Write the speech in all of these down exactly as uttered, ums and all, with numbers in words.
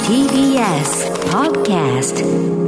ティービーエス Podcast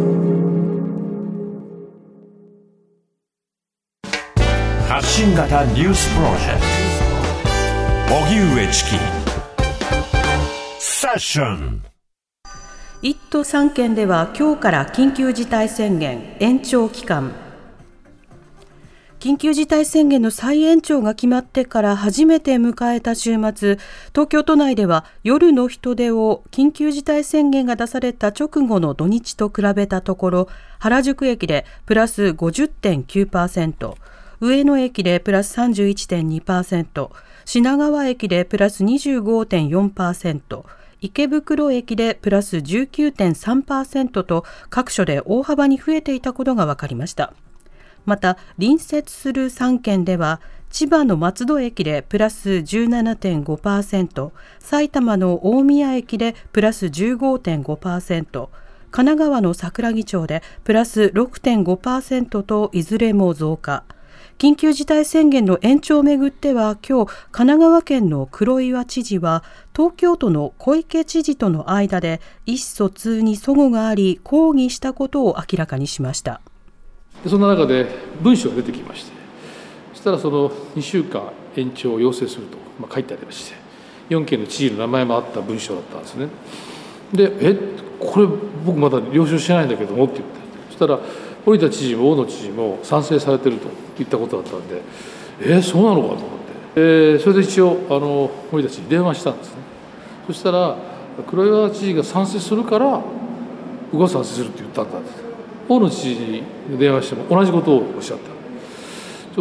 発信型ニュースプロジェクト荻上チキセッション。 いっ都さん県では今日から緊急事態宣言延長期間。緊急事態宣言の再延長が決まってから初めて迎えた週末、東京都内では夜の人出を緊急事態宣言が出された直後の土日と比べたところ、原宿駅でプラス ごじゅってんきゅうパーセント、上野駅でプラス さんじゅういってんにパーセント、品川駅でプラス にじゅうごてんよんパーセント、池袋駅でプラス じゅうきゅうてんさんパーセント と各所で大幅に増えていたことが分かりました。また隣接するさん県では千葉の松戸駅でプラス じゅうななてんごパーセント、埼玉の大宮駅でプラス じゅうごてんごパーセント、神奈川の桜木町でプラス ろくてんごパーセント といずれも増加。緊急事態宣言の延長をめぐっては今日、神奈川県の黒岩知事は東京都の小池知事との間で意思疎通に齟齬があり抗議したことを明らかにしました。 その中で文書が出てきまして、そしたらそのにしゅうかん延長を要請すると、まあ、書いてありまして、よん県の知事の名前もあった文書だったんですね。で、えこれ僕まだ了承してないんだけどもって言って、そしたら堀田知事も大野知事も賛成されてるといったことだったんで、えー、そうなのかと思って、えー、それで一応あの堀田知事に電話したんですね。そしたら黒岩知事が賛成するから僕は賛成するって言ったんだって。大野知事に電話しても同じことをおっしゃった。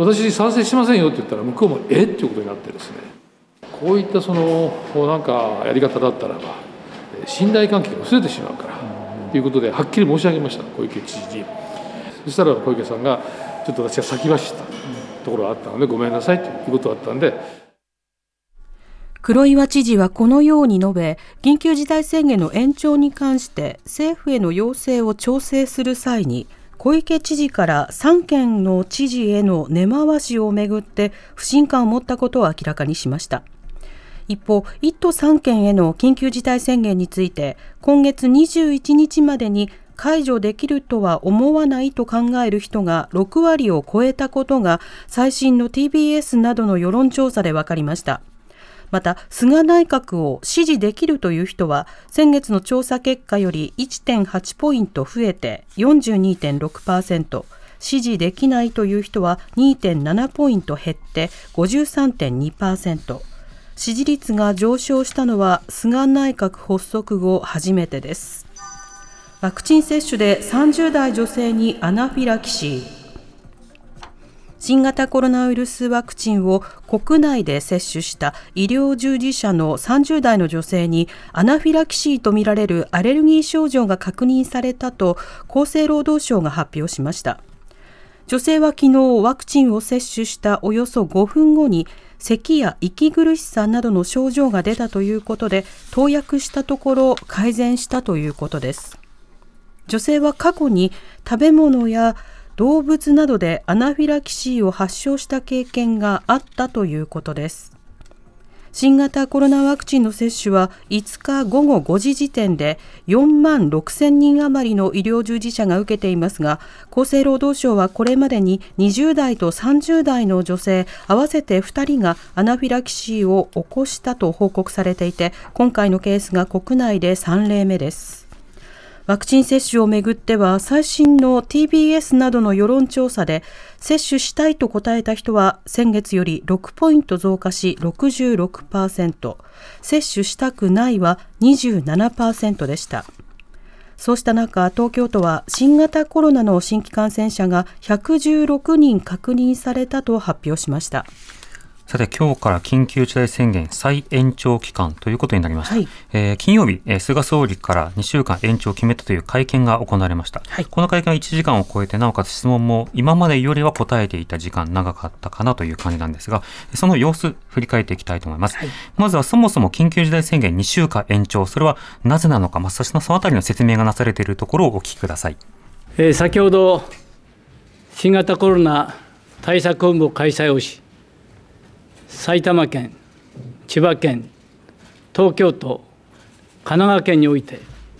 私賛成しませんよって言ったら向こうもえっていうことになってですね、こういったそのなんかやり方だったらば信頼関係が薄れてしまうからということではっきり申し上げました、小池知事に。そしたら小池さんがちょっと私が先走ったところがあったのでごめんなさいということがあったんで。 黒岩知事はこのように述べ、緊急事態宣言の延長に関して政府への要請を調整する際に、小池知事からさん県の知事への根回しをめぐって不信感を持ったことを明らかにしました。一方、いっ都さん県への緊急事態宣言について、今月にじゅういちにちまでに解除できるとは思わないと考える人がろくわりを超えたことが最新の ティービーエス などの世論調査で分かりました。また、菅内閣を支持できるという人は先月の調査結果より いってんはちポイント増えて よんじゅうにてんろくパーセント、支持できないという人は にてんななポイント減って ごじゅうさんてんにパーセント、支持率が上昇したのは菅内閣発足後初めてです。ワクチン接種でさんじゅう代女性にアナフィラキシー。新型コロナウイルスワクチンを国内で接種した医療従事者のさんじゅう代の女性にアナフィラキシーとみられるアレルギー症状が確認されたと厚生労働省が発表しました。女性は昨日ワクチンを接種したおよそごふんごに咳や息苦しさなどの症状が出たということで、投薬したところ改善したということです。女性は過去に食べ物や動物などでアナフィラキシーを発症した経験があったということです。新型コロナワクチンの接種はいつかごごごじ時点でよんまんろくせんにん余りの医療従事者が受けていますが、厚生労働省はこれまでににじゅう代とさんじゅう代の女性合わせてふたりがアナフィラキシーを起こしたと報告されていて、今回のケースが国内でさん例目です。ワクチン接種をめぐっては最新の ティービーエス などの世論調査で接種したいと答えた人は先月よりろくポイント増加し ろくじゅうろくパーセント、接種したくないは にじゅうななパーセント でした。そうした中、東京都は新型コロナの新規感染者がひゃくじゅうろくにん確認されたと発表しました。 さて、今日から緊急事態宣言再延長期間ということになりました。 はい、 えー、金曜日、えー、菅総理からにしゅうかん延長を決めたという会見が行われました。 はい、 この会見はいちじかんを超えて、なおかつ質問も今までよりは答えていた時間長かったかなという感じなんですが、その様子振り返っていきたいと思います。はい、まずはそもそも緊急事態宣言にしゅうかん延長、それはなぜなのか、まあ、そのあたりの説明がなされているところをお聞きください。 えー、先ほど新型コロナ対策本部を開催をし、埼玉県、千葉県、東京都、神奈川県において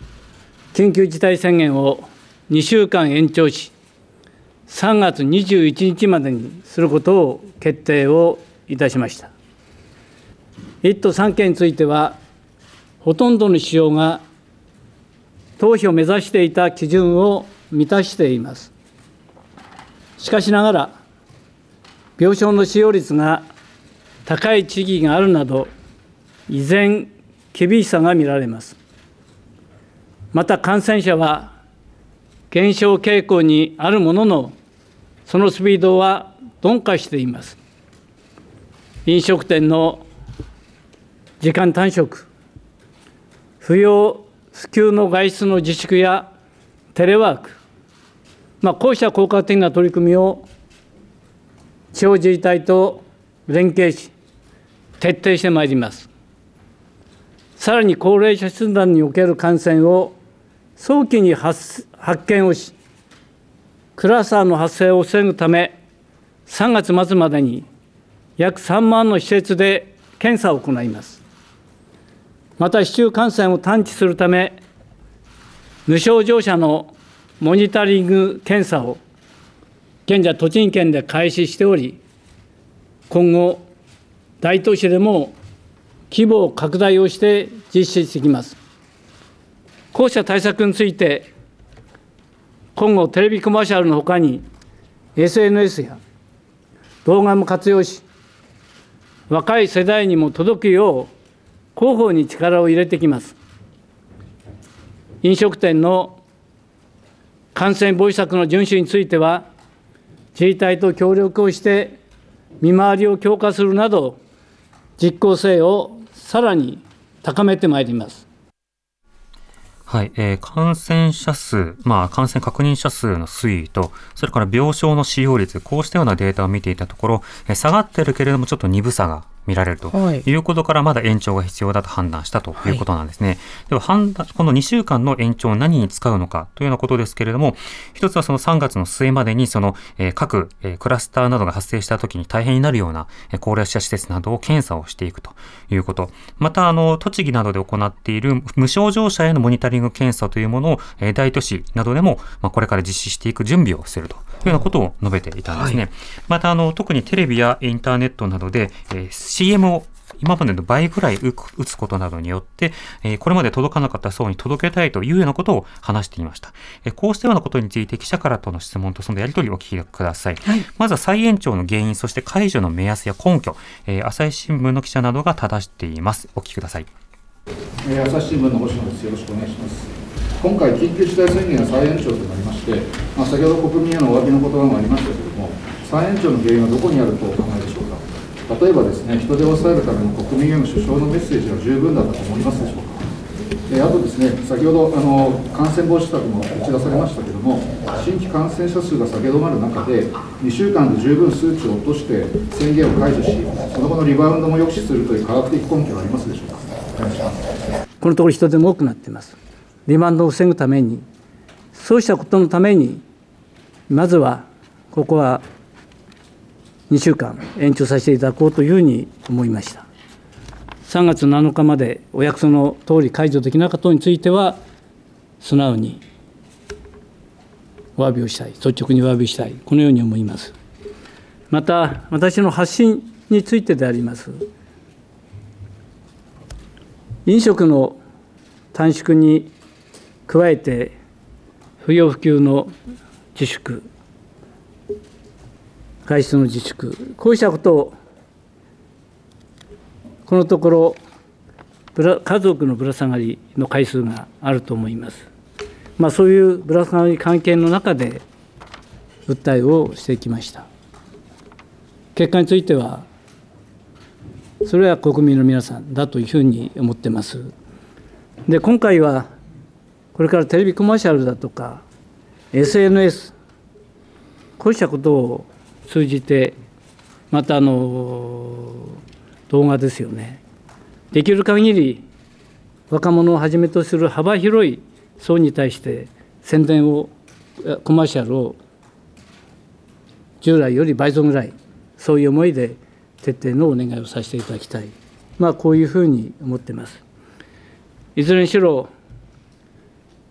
緊急事態宣言をにしゅうかん延長し、さんがつにじゅういちにちまでにすることを決定をいたしました。いっ都さん県については、ほとんどの市場が当初目指していた基準を満たしています。しかしながら、病床の使用率が高い地域があるなど、依然、厳しさが見られます。また感染者は減少傾向にあるものの、そのスピードは鈍化しています。飲食店の時間短縮、不要不急の外出の自粛やテレワーク、まあ、こうした効果的な取り組みを地方自治体と連携し、徹底してまいります。さらに高齢者集団における感染を早期に 発, 発見をし、クラスターの発生を防ぐため、さんがつまつまでに約さんまんの施設で検査を行います。また市中感染を探知するため、無症状者のモニタリング検査を現在栃木県で開始しており、今後大都市でも規模を拡大をして実施していきます。こうした対策について、今後テレビコマーシャルのほかに エスエヌエス や動画も活用し、若い世代にも届くよう広報に力を入れてきます。飲食店の感染防止策の遵守については、自治体と協力をして見回りを強化するなど、実効性をさらに高めてまいります。 はい、えー、感染者数、まあ、感染確認者数の推移と、それから病床の使用率、こうしたようなデータを見ていたところ、えー、下がってるけれどもちょっと鈍さが見られるということから、まだ延長が必要だと判断したということなんですね。はい、では判断、このにしゅうかんの延長を何に使うのかというようなことですけれども、一つはそのさんがつの末までにその、えー、各、えー、クラスターなどが発生したときに大変になるような、えー、高齢者施設などを検査をしていくということ。また、あの、栃木などで行っている無症状者へのモニタリング検査というものを、えー、大都市などでも、まあ、これから実施していく準備をするというようなことを述べていたんですね。はい、また、あの、特にテレビやインターネットなどで、えー、シーエム を今までの倍ぐらい打つことなどによって、えー、これまで届かなかった層に届けたいというようなことを話していました。えー、こうしたようなことについて記者からとの質問とそのやり取りをお聞きください。はい、まずは再延長の原因、そして解除の目安や根拠、えー、朝日新聞の記者などが正しています。お聞きください。 えー、朝日新聞の星野です。よろしくお願いします。今回緊急事態宣言が再延長となりまして、まあ、先ほど国民へのお詫びの言葉もありましたけれども、再延長の原因はどこにあるとお考えでしょうか。例えばですね、人手を抑えるための国民への首相のメッセージは十分だったと思いますでしょうか。えあとですね、先ほどあの感染防止策も打ち出されましたけれども、新規感染者数が下げ止まる中で、にしゅうかんで十分数値を落として宣言を解除し、その後のリバウンドも抑止するという科学的根拠はありますでしょうか。お願いします。 このところ人手も多くなっています。リバウンドを防ぐために、そうしたことのために、まずはここはにしゅうかん延長させていただこうというふうに思いました。さんがつなのかまでお約束の通り解除できなかったことについては、素直にお詫びをしたい、率直にお詫びしたい、このように思います。また、私の発信についてであります。飲食の短縮に加えて、不要不急の自粛、外出の自粛、こうしたことをこのところ家族のぶら下がりの回数があると思います。まあ、そういうぶら下がり関係の中で訴えをしてきました。結果についてはそれは国民の皆さんだというふうに思ってます。で、今回はこれからテレビコマーシャルだとか エスエヌエス こうしたことを通じて、またあの動画ですよね、できる限り若者をはじめとする幅広い層に対して宣伝を、コマーシャルを従来より倍増ぐらい、そういう思いで徹底のお願いをさせていただきたい、まあ、こういうふうに思っています。いずれにしろ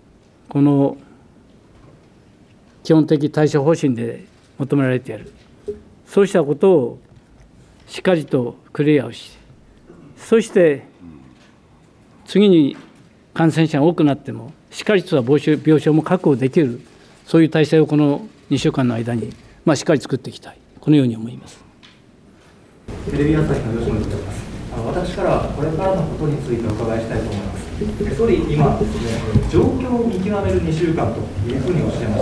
この基本的対処方針で求められている、そうしたことをしっかりとクリアをして、そして次に感染者が多くなってもしっかりとした病床も確保できる、そういう体制をこのにしゅうかんの間に、まあ、しっかり作っていきたい、このように思います。 テレビ朝日の吉野でございます。あの私からはこれからのことについてお伺いしたいと思います。総理、今ですね、状況を見極めるにしゅうかんというふうにおっしゃいました。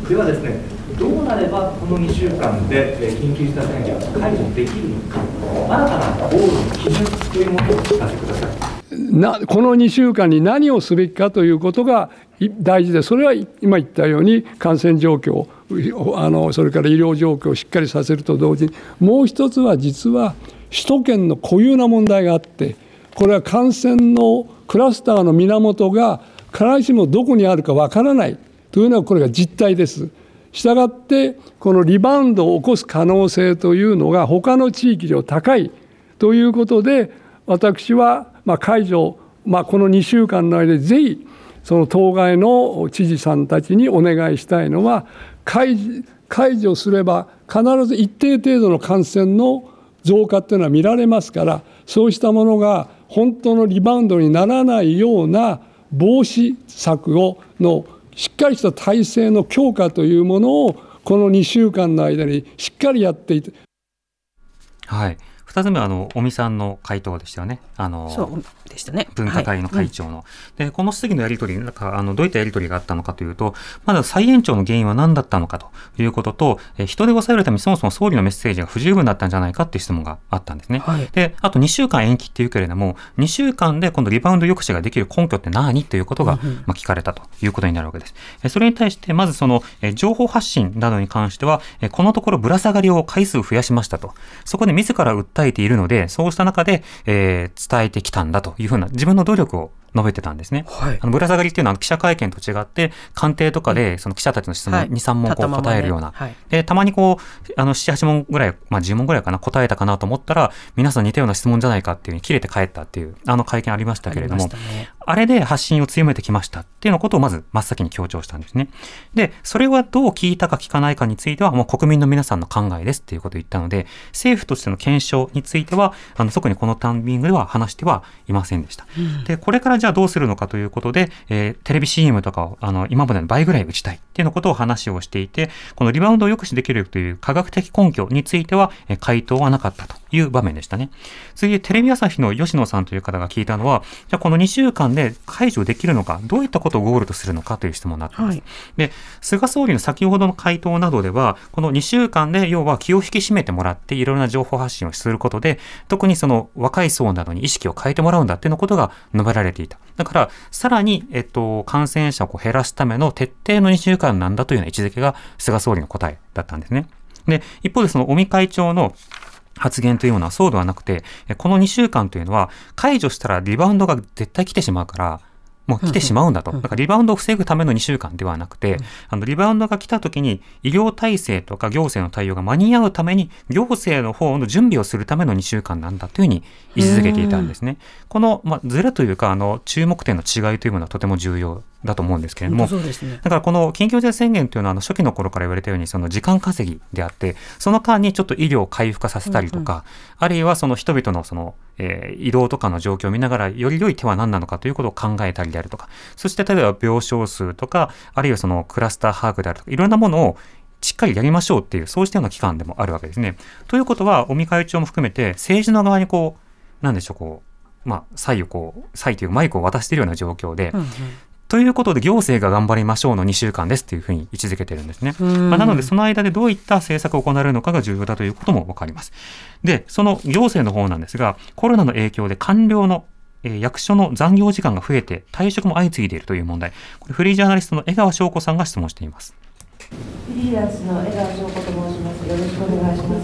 ではですね、どうなればこのにしゅうかんで緊急事態宣言が解除できるのか、新たなゴールの基準というものをお聞かせください。 なこのにしゅうかんに何をすべきかということが大事で、それは今言ったように感染状況、あのそれから医療状況をしっかりさせると同時に、もう一つは実は首都圏の固有な問題があって、これは感染のクラスターの源が必ずしもどこにあるかわからないというのは、これが実態です。したがってこのリバウンドを起こす可能性というのが他の地域より高いということで、私はまあ解除、まあ、このにしゅうかんの間でぜひその当該の知事さんたちにお願いしたいのは、解除、解除すれば必ず一定程度の感染の増加というのは見られますから、そうしたものが本当のリバウンドにならないような防止策をのしっかりした体制の強化というものをこのにしゅうかんの間にしっかりやっていて、 はい、ふたつめはあの尾身さんの回答でしたよね。あのそうでしたね、 分科会の会長の、はいうん、でこの質疑のやり取りなんかあのどういったやり取りがあったのかというと、まだ再延長の原因は何だったのかということと、え人手を抑えるためにそもそも総理のメッセージが不十分だったんじゃないかという質問があったんですね、はい、であとにしゅうかん延期っていうけれども、にしゅうかんで今度リバウンド抑止ができる根拠って何ということが、うんうんまあ、聞かれたということになるわけです。えそれに対してまずそのえ情報発信などに関してはえこのところぶら下がりを回数増やしましたと、そこで自ら訴えているので、そうした中で、えー、伝えてきたんだというふうな自分の努力を述べてたんですね、はい、あのぶら下がりっていうのは記者会見と違って官邸とかでその記者たちの質問、はい、にさんもんこう答えるような、はい、でたまにこうあのななはちもんぐらい、まあ、じゅうもんぐらいかな答えたかなと思ったら、皆さん似たような質問じゃないかっていう風に切れて帰ったっていうあの会見ありましたけれども、 あ, ね、あれで発信を強めてきましたっていうのことをまず真っ先に強調したんですね。でそれはどう聞いたか聞かないかについてはもう国民の皆さんの考えですっていうことを言ったので、政府としての検証についてはあの特にこのタイミングでは話してはいませんでした、うん、でこれからじゃあどうするのかということで、えー、テレビ シーエム とかをあの今までの倍ぐらい打ちたいっていうのことを話をしていて、このリバウンドを抑止できるという科学的根拠については、えー、回答はなかったという場面でしたね。次にテレビ朝日の吉野さんという方が聞いたのは、じゃあこのにしゅうかんで解除できるのか、どういったことをゴールとするのかという質問になっています、はい、で菅総理の先ほどの回答などでは、このにしゅうかんで要は気を引き締めてもらっていろいろな情報発信をすることで、特にその若い層などに意識を変えてもらうんだっていうのことが述べられていた。だからさらに、えっと、感染者を減らすための徹底のにしゅうかんなんだというような位置づけが菅総理の答えだったんですね。で一方でその尾身会長の発言というのはそうではなくて、このにしゅうかんというのは解除したらリバウンドが絶対来てしまうからもう来てしまうんだと。だからリバウンドを防ぐためのにしゅうかんではなくて、あのリバウンドが来た時に医療体制とか行政の対応が間に合うために行政の方の準備をするためのにしゅうかんなんだというふうに位置づけていたんですね。この、まあ、ズレというかあの注目点の違いというものはとても重要だと思うんですけれども、そうですね、だからこの緊急事態宣言というのはあの初期の頃から言われたようにその時間稼ぎであって、その間にちょっと医療を回復化させたりとか、うんうん、あるいはその人々のその、えー、移動とかの状況を見ながらより良い手は何なのかということを考えたりであるとか、そして例えば病床数とかあるいはそのクラスター把握であるとかいろんなものをしっかりやりましょうっていうそうしたような期間でもあるわけですね。ということは尾身会長も含めて政治の側にこうなんでしょうこうまあ左右こう左右というマイクを渡しているような状況で、うんうんということで行政が頑張りましょうのにしゅうかんですというふうに位置づけてるんですね。まあ、なのでその間でどういった政策を行われるのかが重要だということも分かります。でその行政の方なんですが、コロナの影響で官僚の、えー、役所の残業時間が増えて退職も相次いでいるという問題、これフリージャーナリストの江川翔子さんが質問しています。 フリーランスの江川翔子と申します。よろしくお願いします。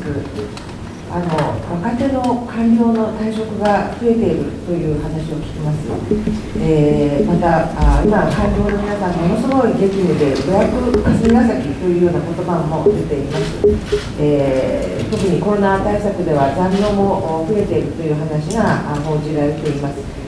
あの若手の官僚の退職が増えているという話を聞きます。えー、またあ今官僚の皆さんものすごい激務で予約霞が関というような言葉も出ています。えー、特にコロナ対策では残業も増えているという話が報じられています。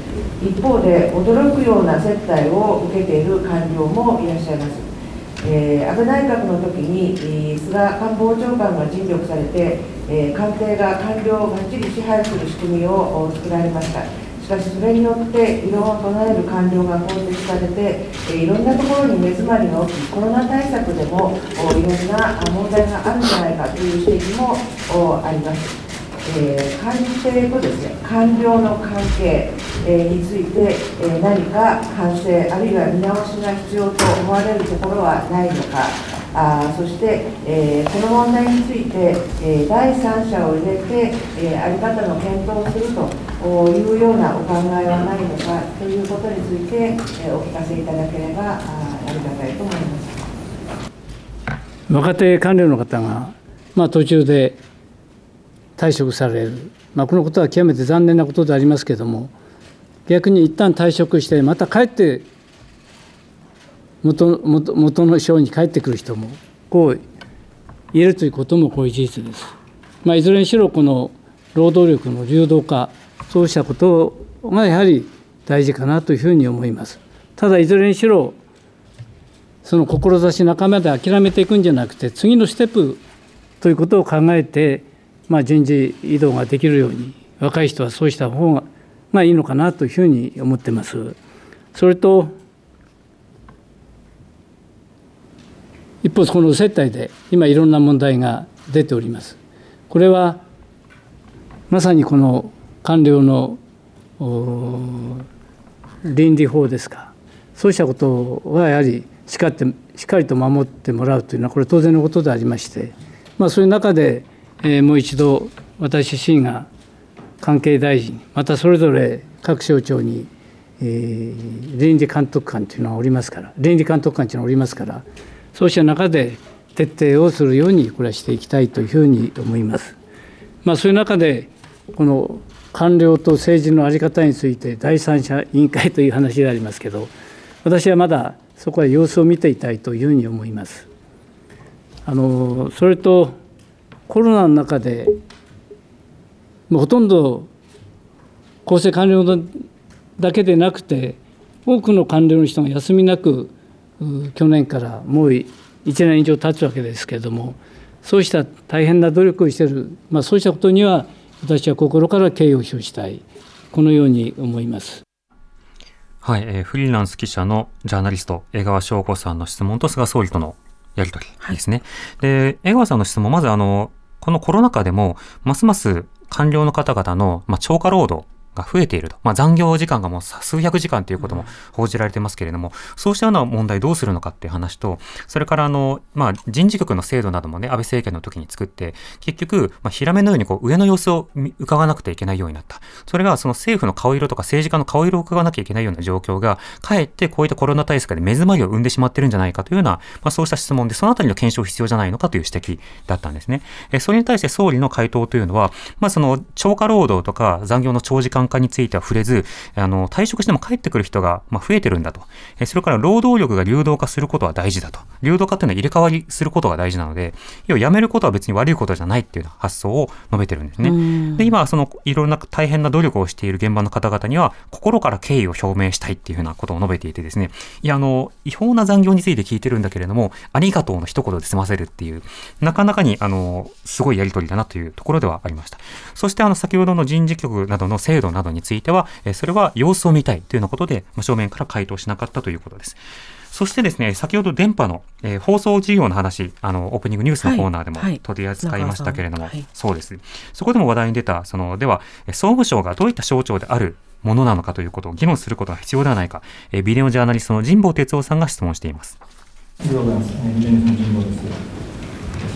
一方で驚くような接待を受けている官僚もいらっしゃいます。えー、安倍内閣の時に、えー、菅官房長官が尽力されて、えー、官邸が官僚をがっちり支配する仕組みを作られました。しかしそれによって異論を唱える官僚が更迭されて、えー、いろんなところに目詰まりが起き、コロナ対策でもいろんな問題があるんじゃないかという指摘もあります。えー、官邸とですね、官僚の関係、えー、について、えー、何か反省あるいは見直しが必要と思われるところはないのか、あそして、えー、この問題について、えー、第三者を入れて、えー、あり方の検討をするというようなお考えはないのかということについて、えー、お聞かせいただければあありがたいと思います。 若手官僚の方が、まあ、途中で退職される、まあ、このことは極めて残念なことでありますけれども、逆に一旦退職してまた帰って元, 元, 元の省に帰ってくる人もこう言えるということもこういう事実です。まあ、いずれにしろこの労働力の流動化、そうしたことがやはり大事かなというふうに思います。ただいずれにしろその志半ばで諦めていくんじゃなくて、次のステップということを考えて、まあ、人事異動ができるように若い人はそうした方がまあいいのかなというふうに思っています。それと一方、この接待で今いろんな問題が出ております。これはまさにこの官僚の倫理法ですか、そうしたことはやはりしっかりと、しっかりと守ってもらうというのはこれ当然のことでありまして、まあ、そういう中で、えー、もう一度私自身が関係大臣またそれぞれ各省庁に、えー、倫理監督官というのはおりますから倫理監督官というのはおりますからそうした中で徹底をするようにこれはしていきたいというふうに思います。まあ、そういう中でこの官僚と政治の在り方について第三者委員会という話でありますけど、私はまだそこは様子を見ていたいというふうに思います。あのそれとコロナの中でもうほとんど厚生官僚だけでなくて多くの官僚の人が休みなく去年からもういちねん以上経つわけですけれども、そうした大変な努力をしている、まあ、そうしたことには私は心から敬意を表したい、このように思います。 はい、えー、フリーランス記者のジャーナリスト江川紹子さんの質問と菅総理とのやり取りですね。はい、で江川さんの質問、まずあのこのコロナ禍でもますます官僚の方々の、まあ、超過労働が増えていると、まあ、残業時間がもう数百時間ということも報じられてますけれども、うん、そうしたような問題どうするのかっていう話と、それからあの、まあ、人事局の制度などもね、安倍政権の時に作って、結局、まあ、ヒラメのようにこう上の様子を伺わなくてはいけないようになった。それがその政府の顔色とか政治家の顔色を伺わなきゃいけないような状況が、かえってこういったコロナ対策で目詰まりを生んでしまってるんじゃないかというような、まあ、そうした質問で、そのあたりの検証必要じゃないのかという指摘だったんですね。えそれに対して総理の回答というのは、まあ、その超過労働とか残業の長時間化については触れず、あの退職しても帰ってくる人がまあ増えてるんだと、えそれから労働力が流動化することは大事だと、流動化というのは入れ替わりすることが大事なので、要はやめることは別に悪いことじゃないっていう発想を述べてるんですね。で今そのいろんな大変な努力をしている現場の方々には心から敬意を表明したいっていうふうなことを述べていてですね、いやあの違法な残業について聞いてるんだけれどもありがとうの一言で済ませるっていう、なかなかにあのすごいやり取りだなというところではありました。そしてあの先ほどの人事局などの制度などについてはそれは様子を見たいというようなことで正面から回答しなかったということです。そしてですね、先ほど電波の、えー、放送事業の話、あのオープニングニュースのコーナーでも取り扱いましたけれども、はいはい、そうです。そこでも話題に出たそのでは総務省がどういった省庁であるものなのかということを議論することが必要ではないか、えー、ビデオジャーナリストの神保哲夫さんが質問しています。 ありがとうございます。ビジネスの神保です。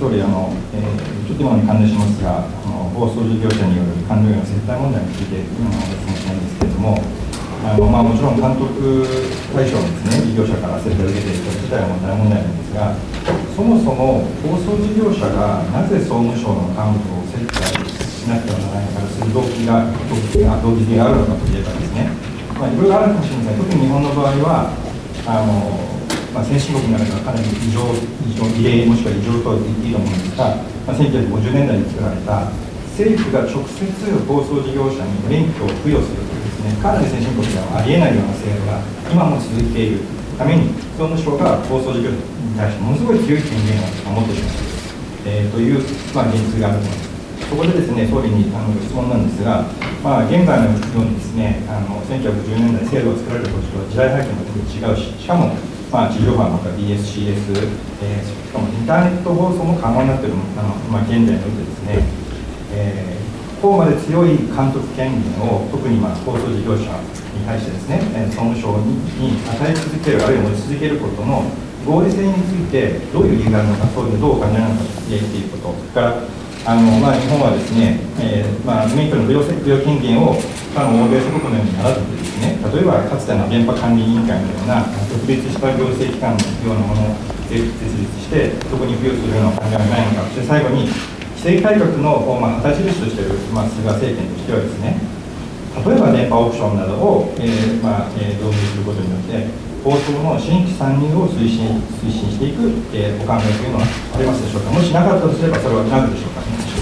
総理、あの、えー、ちょっと今に関連しますが、あの放送事業者による官僚への接待問題について今のお質問したいんですけれども、あのまあ、もちろん監督対象のですね、事業者から接待を受けていること自体は大問題なんですが、そもそも放送事業者がなぜ総務省の幹部を接待しなきゃならないのかとする動機が、動機が、動機があるのかといえばですね、まあ、いろいろあるかもしれません。特に日本の場合は、あのまあ、先進国の中ではかなり異常、異常、異例もしくは異常と言っていいと思うんですが、まあ、せんきゅうひゃくごじゅうねんだいに作られた政府が直接放送事業者に免許を付与するというですですね、かなり先進国ではありえないような制度が今も続いているために、総務省が放送事業に対してものすごい強い権限を持ってしまう、えー、という、まあ、現実があると思います。そこでですね、総理にあのご質問なんですが、まあ、現在のようにですね、あのせんきゅうひゃくじゅうねんだい制度が作られた時と時代背景も全然違うし、しかも、まあ、地上波また ビーエスシーエス、えー、しかもインターネット放送も可能になっているあの、まあ、現在においてですね、えー、こうまで強い監督権限を特に、まあ、放送事業者に対してですね、総務省に与え続ける、あるいは持ち続けることの合理性についてどういう理由があるのか、そういうのどうお考えなのかということ、それからあの、まあ、日本はですね、えーまあ、免許の付与権限を他の欧米諸国のようにならずにですね、例えばかつての電波管理委員会のような独立した行政機関のようなものを設立して、そこに付与するような考えはないのか、そして最後に、規制改革の、まあ、旗印としている、まあ、菅政権としてはですね、例えば電波オークションなどを、えーまあえー、導入することによって、放送の新規参入を推進推進していく、えー、お考えというのはありますでしょうか。もしなかったとすれば、それはなぜでしょうか。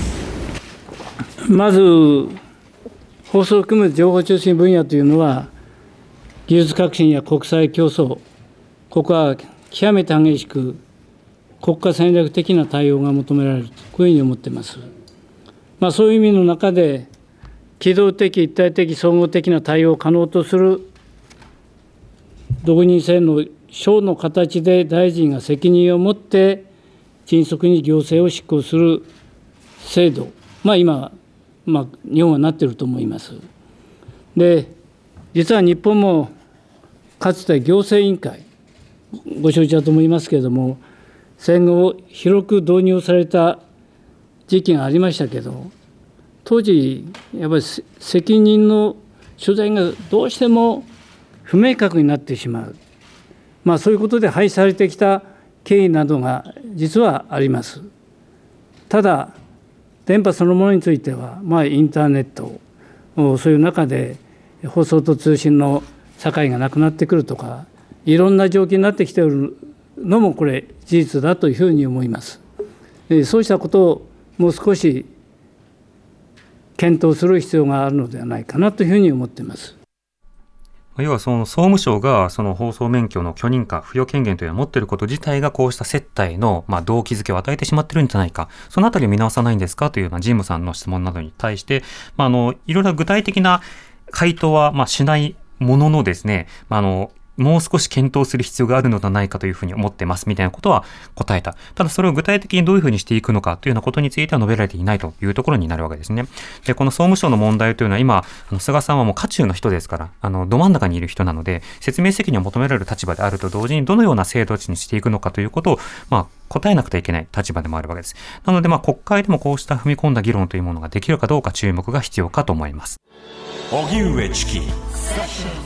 まず、放送を含め情報中心分野というのは、技術革新や国際競争、ここは極めて激しく、国家戦略的な対応が求められると、こういうふうに思っています。まあ、そういう意味の中で、機動的、一体的、総合的な対応を可能とする独任制の省の形で大臣が責任を持って迅速に行政を執行する制度、まあ、今、まあ、日本はなっていると思います。で、実は日本もかつて行政委員会、ご承知だと思いますけれども、戦後広く導入された時期がありましたけど、当時、やっぱり責任の所在がどうしても不明確になってしまう、まあ、そういうことで廃止されてきた経緯などが実はあります。ただ、電波そのものについては、まあ、インターネット、そういう中で放送と通信の境がなくなってくるとか、いろんな状況になってきているのもこれ事実だというふうに思います。そうしたことをもう少し検討する必要があるのではないかなというふうに思っています。 要はその総務省がその放送免許の許認可、付与権限というのを持っていること自体がこうした接待のまあ動機づけを与えてしまっているんじゃないか、そのあたりを見直さないんですかというようなジムさんの質問などに対して、まあ、あのいろいろ具体的な回答はまあしないもののですね、あのもう少し検討する必要があるのではないかというふうに思ってますみたいなことは答えた。ただそれを具体的にどういうふうにしていくのかというようなことについては述べられていないというところになるわけですね。で、この総務省の問題というのは今、あの菅さんはもう渦中の人ですから、あのど真ん中にいる人なので、説明責任を求められる立場であると同時にどのような制度値にしていくのかということを、まあ、答えなくてはいけない立場でもあるわけです。なので、まあ、国会でもこうした踏み込んだ議論というものができるかどうか注目が必要かと思います。 荻上チキ